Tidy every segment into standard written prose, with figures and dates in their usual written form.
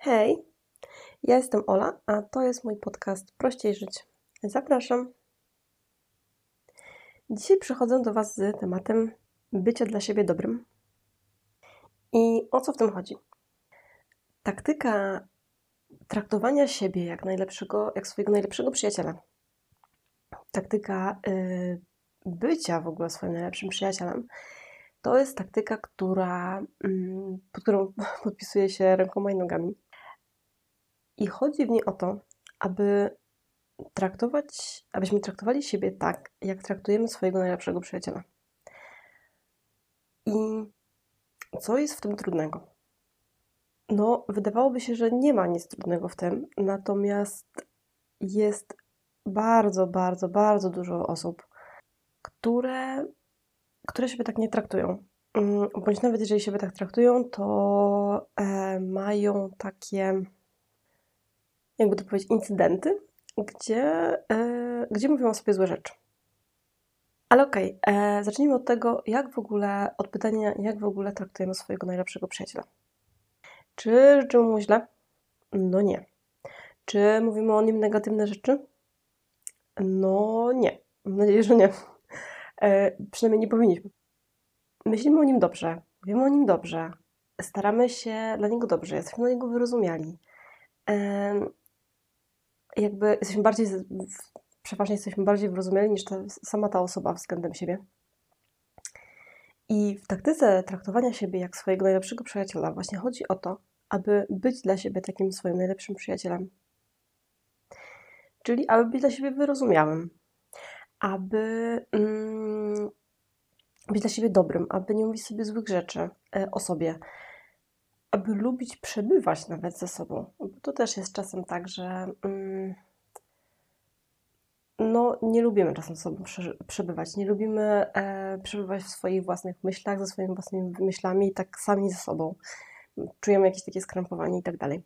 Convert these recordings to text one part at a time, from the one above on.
Hej, ja jestem Ola, a to jest mój podcast Prościej Żyć. Zapraszam. Dzisiaj przychodzę do Was z tematem bycia dla siebie dobrym. I o co w tym chodzi? Taktyka traktowania siebie jak swojego najlepszego przyjaciela. Taktyka bycia w ogóle swoim najlepszym przyjacielem. To jest taktyka, pod którą podpisuję się rękoma i nogami. I chodzi w niej o to, abyśmy traktowali siebie tak, jak traktujemy swojego najlepszego przyjaciela. I co jest w tym trudnego? No, wydawałoby się, że nie ma nic trudnego w tym, natomiast jest bardzo, bardzo, bardzo dużo osób, które siebie tak nie traktują. Bądź nawet jeżeli siebie tak traktują, to mają takie, jakby to powiedzieć, incydenty, gdzie mówią o sobie złe rzeczy. Ale okej, zacznijmy od tego, od pytania, jak w ogóle traktujemy swojego najlepszego przyjaciela. Czy życzymy mu źle? No nie. Czy mówimy o nim negatywne rzeczy? No nie. Mam nadzieję, że nie. Przynajmniej nie powinniśmy. Myślimy o nim dobrze, mówimy o nim dobrze, staramy się dla niego dobrze, jesteśmy dla niego wyrozumiali. Przeważnie jesteśmy bardziej wyrozumiali niż sama ta osoba względem siebie. I w taktyce traktowania siebie jak swojego najlepszego przyjaciela właśnie chodzi o to, aby być dla siebie takim swoim najlepszym przyjacielem. Czyli aby być dla siebie wyrozumiałym, aby być dla siebie dobrym, aby nie mówić sobie złych rzeczy o sobie, aby lubić przebywać nawet ze sobą. Bo to też jest czasem tak, że nie lubimy czasem ze sobą przebywać, nie lubimy przebywać w swoich własnych myślach, ze swoimi własnymi myślami, tak sami ze sobą. Czujemy jakieś takie skrępowanie i tak dalej.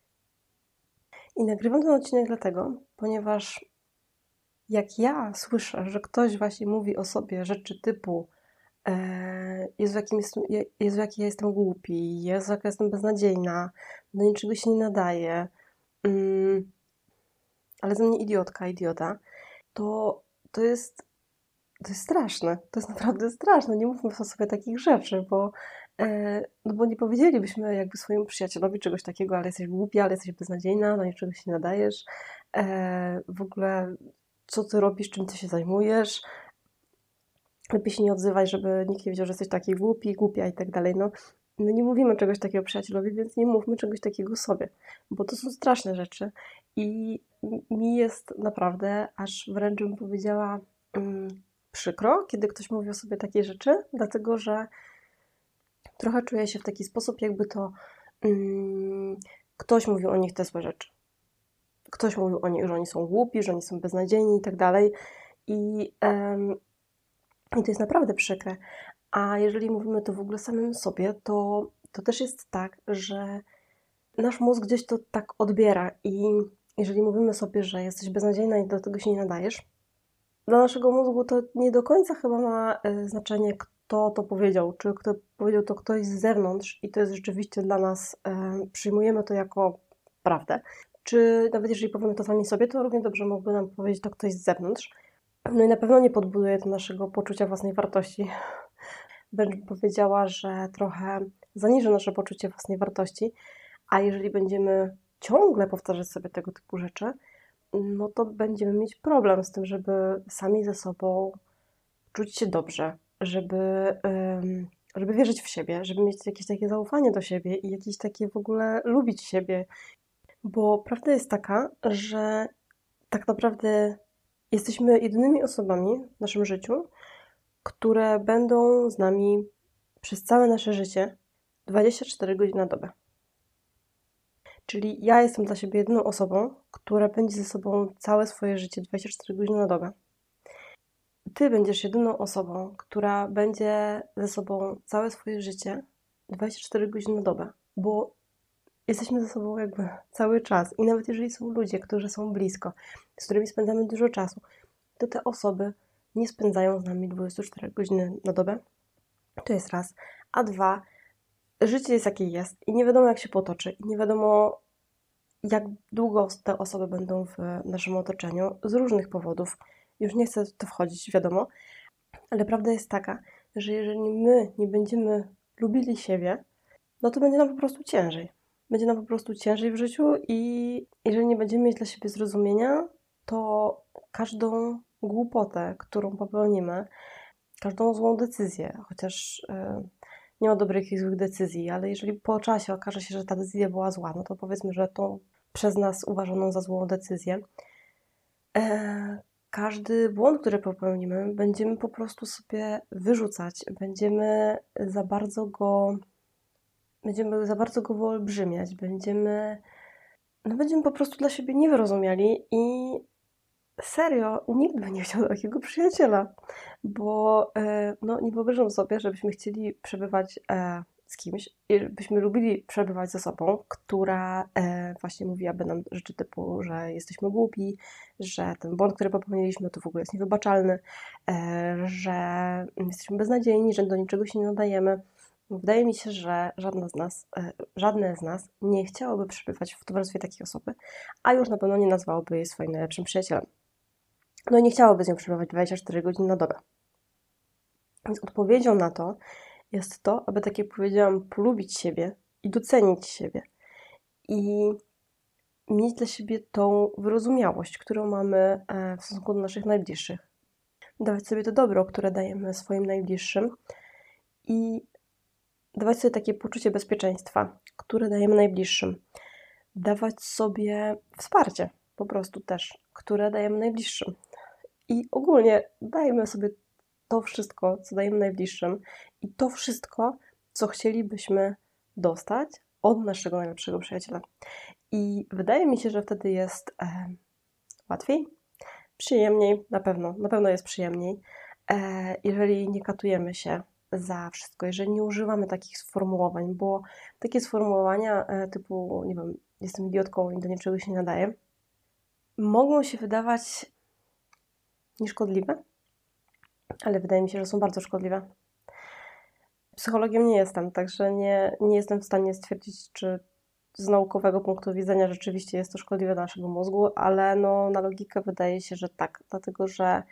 I nagrywam ten odcinek dlatego, ponieważ jak ja słyszę, że ktoś właśnie mówi o sobie rzeczy typu Jezu, jaki ja jestem głupi, Jezu, jaka jestem beznadziejna, do niczego się nie nadaje, ale ze mnie idiota, to jest straszne. To jest naprawdę straszne. Nie mówmy o sobie takich rzeczy, bo nie powiedzielibyśmy jakby swojemu przyjacielowi czegoś takiego, ale jesteś głupi, ale jesteś beznadziejna, do niczego się nie nadajesz. W ogóle co ty robisz, czym ty się zajmujesz? Lepiej się nie odzywaj, żeby nikt nie wiedział, że jesteś taki głupi, głupia i tak dalej. No nie mówimy czegoś takiego przyjacielowi, więc nie mówmy czegoś takiego sobie, bo to są straszne rzeczy i mi jest naprawdę, aż wręcz bym powiedziała, przykro, kiedy ktoś mówi o sobie takie rzeczy, dlatego że trochę czuję się w taki sposób, jakby to ktoś mówił o nich te złe rzeczy. Ktoś mówił o nich, że oni są głupi, że oni są beznadziejni i tak dalej. I to jest naprawdę przykre. A jeżeli mówimy to w ogóle samym sobie, to też jest tak, że nasz mózg gdzieś to tak odbiera i jeżeli mówimy sobie, że jesteś beznadziejna i do tego się nie nadajesz, dla naszego mózgu to nie do końca chyba ma znaczenie, kto to powiedział, czy kto powiedział to ktoś z zewnątrz i to jest rzeczywiście dla nas, przyjmujemy to jako prawdę, czy nawet jeżeli powiemy to sami sobie, to równie dobrze mógłby nam powiedzieć to ktoś z zewnątrz. No i na pewno nie podbuduje to naszego poczucia własnej wartości. Wręcz bym powiedziała, że trochę zaniży nasze poczucie własnej wartości, a jeżeli będziemy ciągle powtarzać sobie tego typu rzeczy, no to będziemy mieć problem z tym, żeby sami ze sobą czuć się dobrze, żeby wierzyć w siebie, żeby mieć jakieś takie zaufanie do siebie i jakieś takie w ogóle lubić siebie. Bo prawda jest taka, że tak naprawdę jesteśmy jedynymi osobami w naszym życiu, które będą z nami przez całe nasze życie 24 godziny na dobę. Czyli ja jestem dla siebie jedyną osobą, która będzie ze sobą całe swoje życie 24 godziny na dobę. Ty będziesz jedyną osobą, która będzie ze sobą całe swoje życie 24 godziny na dobę, bo jesteśmy ze sobą jakby cały czas. I nawet jeżeli są ludzie, którzy są blisko, z którymi spędzamy dużo czasu, to te osoby nie spędzają z nami 24 godziny na dobę. To jest raz. A dwa, życie jest jakie jest i nie wiadomo jak się potoczy. I nie wiadomo jak długo te osoby będą w naszym otoczeniu z różnych powodów. Już nie chcę w to wchodzić, wiadomo, ale prawda jest taka, że jeżeli my nie będziemy lubili siebie, no to będzie nam po prostu ciężej. Będzie nam po prostu ciężej w życiu i jeżeli nie będziemy mieć dla siebie zrozumienia, to każdą głupotę, którą popełnimy, każdą złą decyzję, chociaż nie ma dobrych i złych decyzji, ale jeżeli po czasie okaże się, że ta decyzja była zła, no to powiedzmy, że tą przez nas uważaną za złą decyzję, każdy błąd, który popełnimy, będziemy po prostu sobie wyrzucać, będziemy za bardzo go wyolbrzymiać, będziemy po prostu dla siebie niewyrozumiali i serio, nikt by nie chciał takiego przyjaciela, bo no, nie wyobrażam sobie, żebyśmy chcieli przebywać z kimś i byśmy lubili przebywać ze sobą, która właśnie mówiłaby nam rzeczy typu, że jesteśmy głupi, że ten błąd, który popełniliśmy, to w ogóle jest niewybaczalny, że jesteśmy beznadziejni, że do niczego się nie nadajemy. Wydaje mi się, że żadne z nas nie chciałoby przebywać w towarzystwie takiej osoby, a już na pewno nie nazwałoby jej swoim najlepszym przyjacielem. No i nie chciałoby z nią przebywać 24 godziny na dobę. Więc odpowiedzią na to jest to, aby, tak jak powiedziałam, polubić siebie i docenić siebie. I mieć dla siebie tą wyrozumiałość, którą mamy w stosunku do naszych najbliższych. Dawać sobie to dobro, które dajemy swoim najbliższym i dawać sobie takie poczucie bezpieczeństwa, które dajemy najbliższym. Dawać sobie wsparcie po prostu też, które dajemy najbliższym. I ogólnie dajmy sobie to wszystko, co dajemy najbliższym i to wszystko, co chcielibyśmy dostać od naszego najlepszego przyjaciela. I wydaje mi się, że wtedy jest łatwiej, przyjemniej, na pewno jest przyjemniej, jeżeli nie katujemy się za wszystko, jeżeli nie używamy takich sformułowań, bo takie sformułowania typu, nie wiem, jestem idiotką i do niczego się nie nadaję, mogą się wydawać nieszkodliwe, ale wydaje mi się, że są bardzo szkodliwe. Psychologiem nie jestem, także nie jestem w stanie stwierdzić, czy z naukowego punktu widzenia rzeczywiście jest to szkodliwe dla naszego mózgu, ale no, na logikę wydaje się, że tak, dlatego że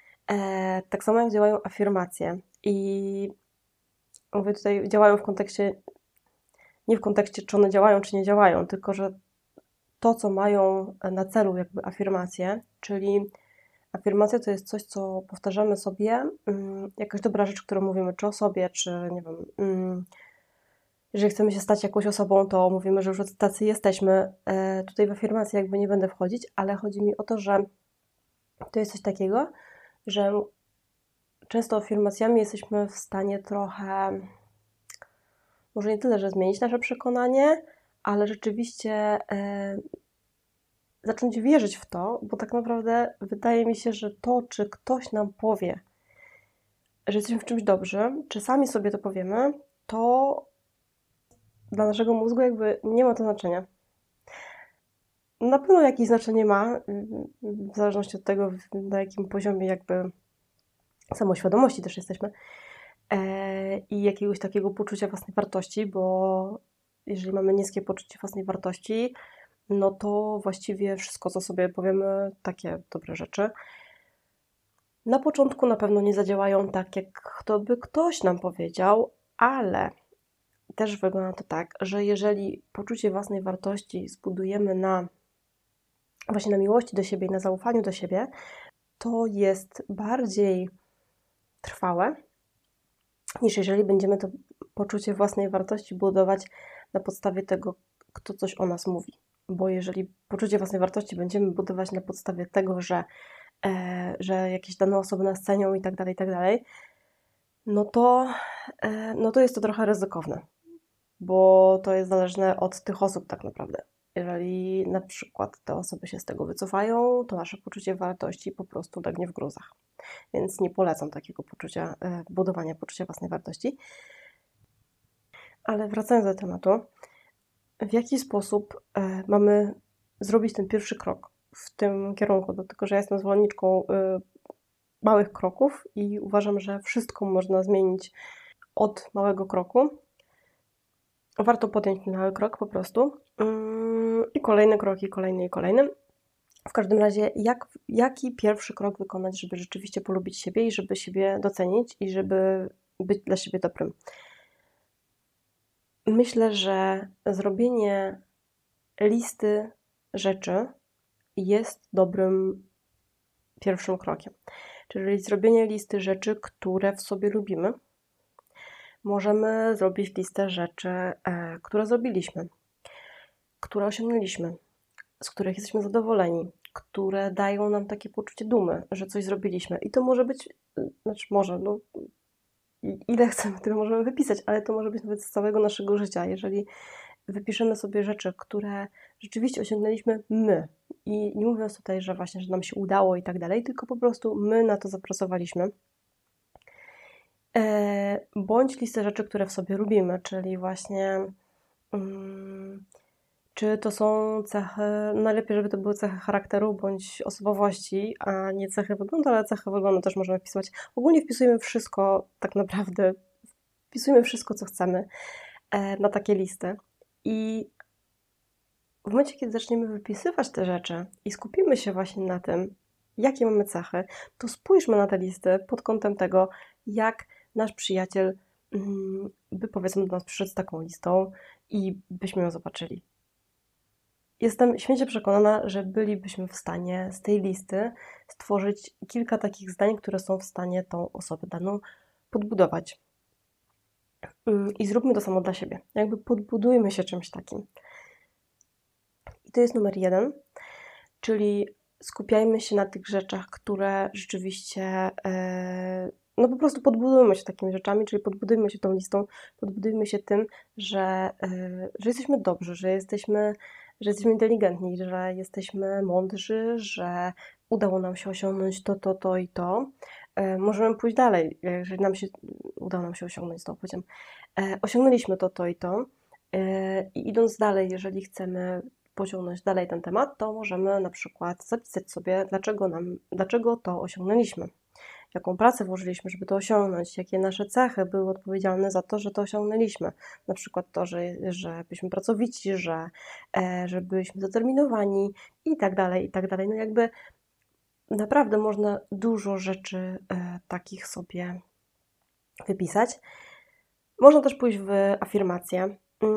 tak samo jak działają afirmacje i mówię tutaj działają w kontekście, nie w kontekście czy one działają, czy nie działają, tylko że to, co mają na celu jakby afirmacje, czyli afirmacja to jest coś, co powtarzamy sobie, jakaś dobra rzecz, którą mówimy czy o sobie, czy nie wiem, jeżeli chcemy się stać jakąś osobą, to mówimy, że już tacy jesteśmy. Tutaj w afirmację jakby nie będę wchodzić, ale chodzi mi o to, że to jest coś takiego, że często afirmacjami jesteśmy w stanie trochę, może nie tyle, że zmienić nasze przekonanie, ale rzeczywiście zacząć wierzyć w to, bo tak naprawdę wydaje mi się, że to, czy ktoś nam powie, że jesteśmy w czymś dobrzy, czy sami sobie to powiemy, to dla naszego mózgu jakby nie ma to znaczenia. Na pewno jakieś znaczenie ma, w zależności od tego, na jakim poziomie jakby samoświadomości też jesteśmy i jakiegoś takiego poczucia własnej wartości, bo jeżeli mamy niskie poczucie własnej wartości, no to właściwie wszystko, co sobie powiemy, takie dobre rzeczy, na początku na pewno nie zadziałają tak, jak to by ktoś nam powiedział, ale też wygląda to tak, że jeżeli poczucie własnej wartości zbudujemy właśnie na miłości do siebie i na zaufaniu do siebie, to jest bardziej trwałe, niż jeżeli będziemy to poczucie własnej wartości budować na podstawie tego, kto coś o nas mówi. Bo jeżeli poczucie własnej wartości będziemy budować na podstawie tego, że jakieś dane osoby nas cenią i tak dalej, no to jest to trochę ryzykowne, bo to jest zależne od tych osób tak naprawdę. Jeżeli na przykład te osoby się z tego wycofają, to nasze poczucie wartości po prostu legnie w gruzach. Więc nie polecam takiego budowania poczucia własnej wartości. Ale wracając do tematu, w jaki sposób mamy zrobić ten pierwszy krok w tym kierunku? Dlatego, że ja jestem zwolenniczką małych kroków i uważam, że wszystko można zmienić od małego kroku. Warto podjąć ten mały krok po prostu. I kolejny krok, i kolejny, i kolejny. W każdym razie, jaki pierwszy krok wykonać, żeby rzeczywiście polubić siebie i żeby siebie docenić i żeby być dla siebie dobrym? Myślę, że zrobienie listy rzeczy jest dobrym pierwszym krokiem. Czyli zrobienie listy rzeczy, które w sobie lubimy. Możemy zrobić listę rzeczy, które zrobiliśmy, które osiągnęliśmy, z których jesteśmy zadowoleni, które dają nam takie poczucie dumy, że coś zrobiliśmy. I to może być, ile chcemy, tyle możemy wypisać, ale to może być nawet z całego naszego życia. Jeżeli wypiszemy sobie rzeczy, które rzeczywiście osiągnęliśmy my, i nie mówiąc tutaj, że właśnie, że nam się udało i tak dalej, tylko po prostu my na to zapracowaliśmy, bądź listę rzeczy, które w sobie lubimy, czyli właśnie czy to są cechy, najlepiej, żeby to były cechy charakteru bądź osobowości, a nie cechy wyglądu, ale cechy wyglądu też możemy wpisywać. Ogólnie wpisujemy wszystko, tak naprawdę, wpisujemy wszystko, co chcemy na takie listy. I w momencie, kiedy zaczniemy wypisywać te rzeczy i skupimy się właśnie na tym, jakie mamy cechy, to spójrzmy na te listy pod kątem tego, jak nasz przyjaciel by, powiedzmy, do nas przyszedł z taką listą i byśmy ją zobaczyli. Jestem święcie przekonana, że bylibyśmy w stanie z tej listy stworzyć kilka takich zdań, które są w stanie tą osobę daną podbudować. I zróbmy to samo dla siebie. Jakby podbudujmy się czymś takim. I to jest numer 1, czyli skupiajmy się na tych rzeczach, które rzeczywiście, po prostu podbudujmy się takimi rzeczami, czyli podbudujmy się tą listą, podbudujmy się tym, że jesteśmy dobrzy, że jesteśmy inteligentni, że jesteśmy mądrzy, że udało nam się osiągnąć to i to. Możemy pójść dalej, jeżeli udało nam się osiągnąć to, powiedziałem. Osiągnęliśmy to i to. I idąc dalej, jeżeli chcemy pociągnąć dalej ten temat, to możemy na przykład zapisać sobie, dlaczego to osiągnęliśmy, jaką pracę włożyliśmy, żeby to osiągnąć, jakie nasze cechy były odpowiedzialne za to, że to osiągnęliśmy. Na przykład to, że byliśmy pracowici, że byliśmy zdeterminowani i tak dalej, i tak dalej. No jakby naprawdę można dużo rzeczy takich sobie wypisać. Można też pójść w afirmacje.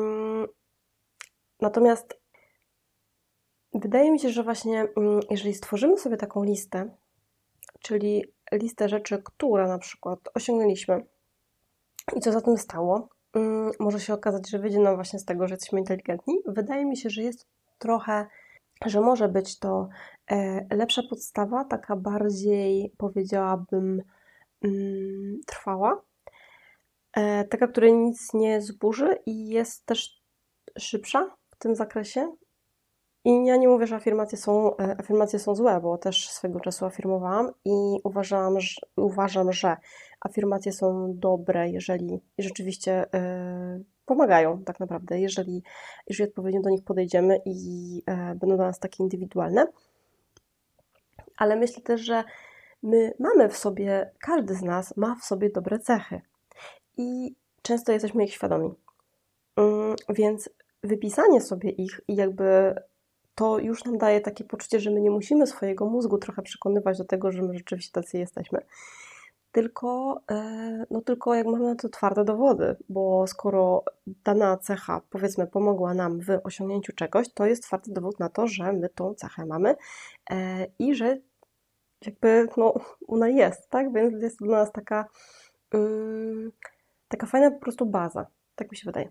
Natomiast wydaje mi się, że właśnie jeżeli stworzymy sobie taką listę, czyli listę rzeczy, które na przykład osiągnęliśmy i co za tym stało, może się okazać, że wyjdzie nam właśnie z tego, że jesteśmy inteligentni. Wydaje mi się, że jest trochę, że może być to lepsza podstawa, taka bardziej, powiedziałabym, trwała, taka, której nic nie zburzy i jest też szybsza w tym zakresie. I ja nie mówię, że afirmacje są złe, bo też swego czasu afirmowałam i uważam, że afirmacje są dobre, jeżeli rzeczywiście pomagają tak naprawdę, jeżeli odpowiednio do nich podejdziemy i będą dla nas takie indywidualne. Ale myślę też, że każdy z nas ma w sobie dobre cechy i często jesteśmy ich świadomi. Więc wypisanie sobie ich i jakby to już nam daje takie poczucie, że my nie musimy swojego mózgu trochę przekonywać do tego, że my rzeczywiście tacy jesteśmy. Tylko jak mamy na to twarde dowody, bo skoro dana cecha, powiedzmy, pomogła nam w osiągnięciu czegoś, to jest twardy dowód na to, że my tą cechę mamy i że jakby ona jest, tak? Więc jest to dla nas taka fajna po prostu baza. Tak mi się wydaje.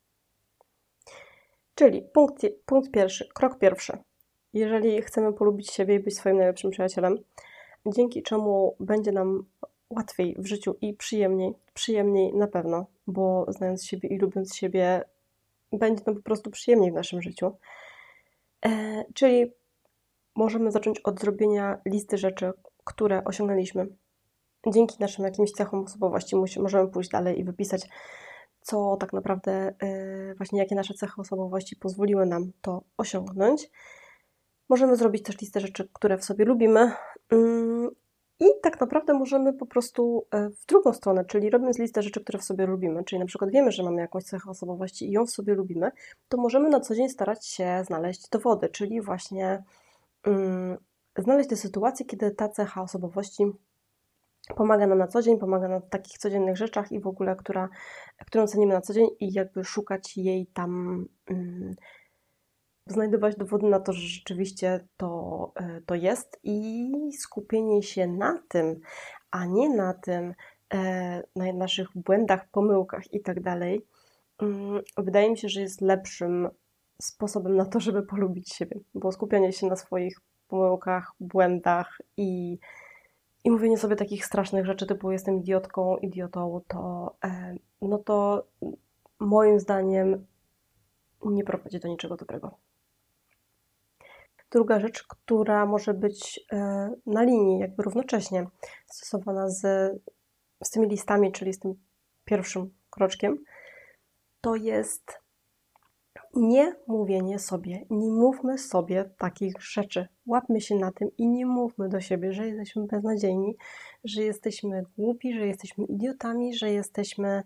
Czyli punkt pierwszy, krok pierwszy. Jeżeli chcemy polubić siebie i być swoim najlepszym przyjacielem, dzięki czemu będzie nam łatwiej w życiu i przyjemniej na pewno, bo znając siebie i lubiąc siebie, będzie nam po prostu przyjemniej w naszym życiu. Czyli możemy zacząć od zrobienia listy rzeczy, które osiągnęliśmy. Dzięki naszym jakimś cechom osobowości możemy pójść dalej i wypisać, co tak naprawdę, właśnie jakie nasze cechy osobowości pozwoliły nam to osiągnąć. Możemy zrobić też listę rzeczy, które w sobie lubimy I tak naprawdę możemy po prostu w drugą stronę, czyli robiąc listę rzeczy, które w sobie lubimy, czyli na przykład wiemy, że mamy jakąś cechę osobowości i ją w sobie lubimy, to możemy na co dzień starać się znaleźć dowody, czyli właśnie znaleźć te sytuacje, kiedy ta cecha osobowości pomaga nam na co dzień, pomaga nam w takich codziennych rzeczach i w ogóle, którą cenimy na co dzień i jakby szukać jej tam, znajdować dowody na to, że rzeczywiście to jest i skupienie się na tym, a nie na tym, na naszych błędach, pomyłkach i tak dalej, wydaje mi się, że jest lepszym sposobem na to, żeby polubić siebie, bo skupianie się na swoich pomyłkach, błędach i mówienie sobie takich strasznych rzeczy typu jestem idiotką, idiotą, to moim zdaniem nie prowadzi do niczego dobrego. Druga rzecz, która może być na linii, jakby równocześnie stosowana z tymi listami, czyli z tym pierwszym kroczkiem, to jest nie mówienie sobie, nie mówmy sobie takich rzeczy. Łapmy się na tym i nie mówmy do siebie, że jesteśmy beznadziejni, że jesteśmy głupi, że jesteśmy idiotami, że jesteśmy,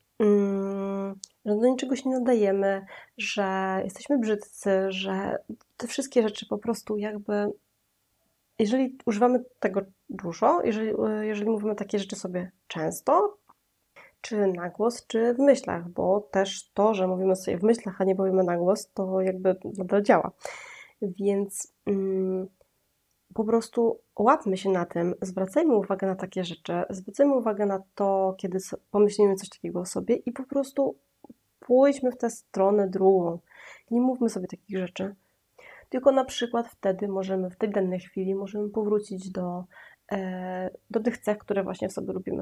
że do niczego się nie nadajemy, że jesteśmy brzydcy, że te wszystkie rzeczy po prostu jakby, jeżeli używamy tego dużo, jeżeli mówimy takie rzeczy sobie często, czy na głos, czy w myślach, bo też to, że mówimy sobie w myślach, a nie mówimy na głos, to jakby nadal działa. Więc po prostu łapmy się na tym, zwracajmy uwagę na takie rzeczy, zwracajmy uwagę na to, kiedy pomyślimy coś takiego o sobie i po prostu pójdźmy w tę stronę drugą. Nie mówmy sobie takich rzeczy, tylko na przykład wtedy możemy, w tej danej chwili możemy powrócić do tych cech, które właśnie w sobie lubimy.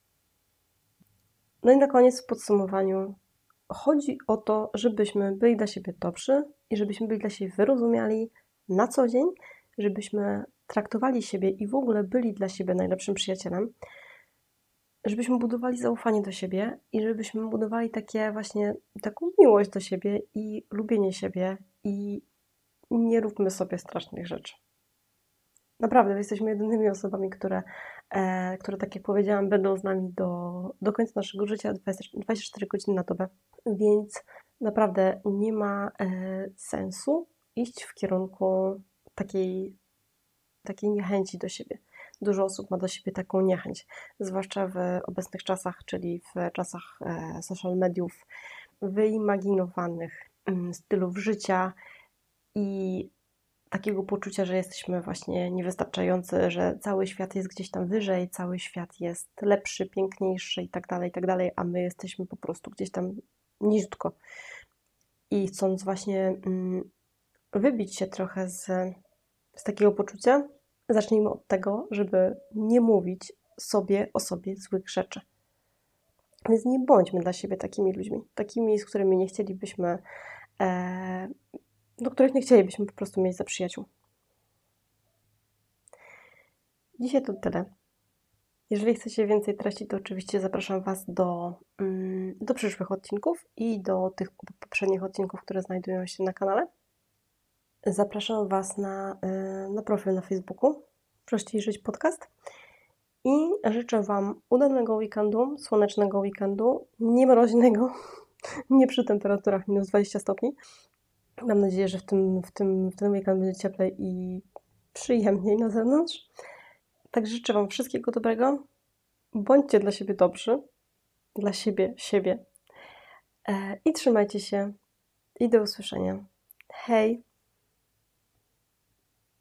No i na koniec w podsumowaniu chodzi o to, żebyśmy byli dla siebie dobrzy i żebyśmy byli dla siebie wyrozumiali na co dzień, żebyśmy traktowali siebie i w ogóle byli dla siebie najlepszym przyjacielem, żebyśmy budowali zaufanie do siebie i żebyśmy budowali taką miłość do siebie i lubienie siebie i nie róbmy sobie strasznych rzeczy. Naprawdę, jesteśmy jedynymi osobami, które tak jak powiedziałam, będą z nami do końca naszego życia 24 godziny na dobę. Więc naprawdę nie ma sensu iść w kierunku takiej niechęci do siebie. Dużo osób ma do siebie taką niechęć, zwłaszcza w obecnych czasach, czyli w czasach social mediów, wyimaginowanych stylów życia i takiego poczucia, że jesteśmy właśnie niewystarczający, że cały świat jest gdzieś tam wyżej, cały świat jest lepszy, piękniejszy i tak dalej, a my jesteśmy po prostu gdzieś tam niziutko. I chcąc właśnie wybić się trochę z takiego poczucia, zacznijmy od tego, żeby nie mówić sobie o sobie złych rzeczy. Więc nie bądźmy dla siebie takimi ludźmi, takimi, z którymi nie chcielibyśmy do których nie chcielibyśmy po prostu mieć za przyjaciół. Dzisiaj to tyle. Jeżeli chcecie więcej treści, to oczywiście zapraszam Was do przyszłych odcinków i do tych poprzednich odcinków, które znajdują się na kanale. Zapraszam Was na profil na Facebooku Prościej Żyć Podcast i życzę Wam udanego weekendu, słonecznego weekendu, nie mroźnego, nie przy temperaturach minus 20 stopni. Mam nadzieję, że w ten weekend będzie cieplej i przyjemniej na zewnątrz. Tak życzę Wam wszystkiego dobrego. Bądźcie dla siebie dobrzy. Dla siebie. I trzymajcie się. I do usłyszenia. Hej!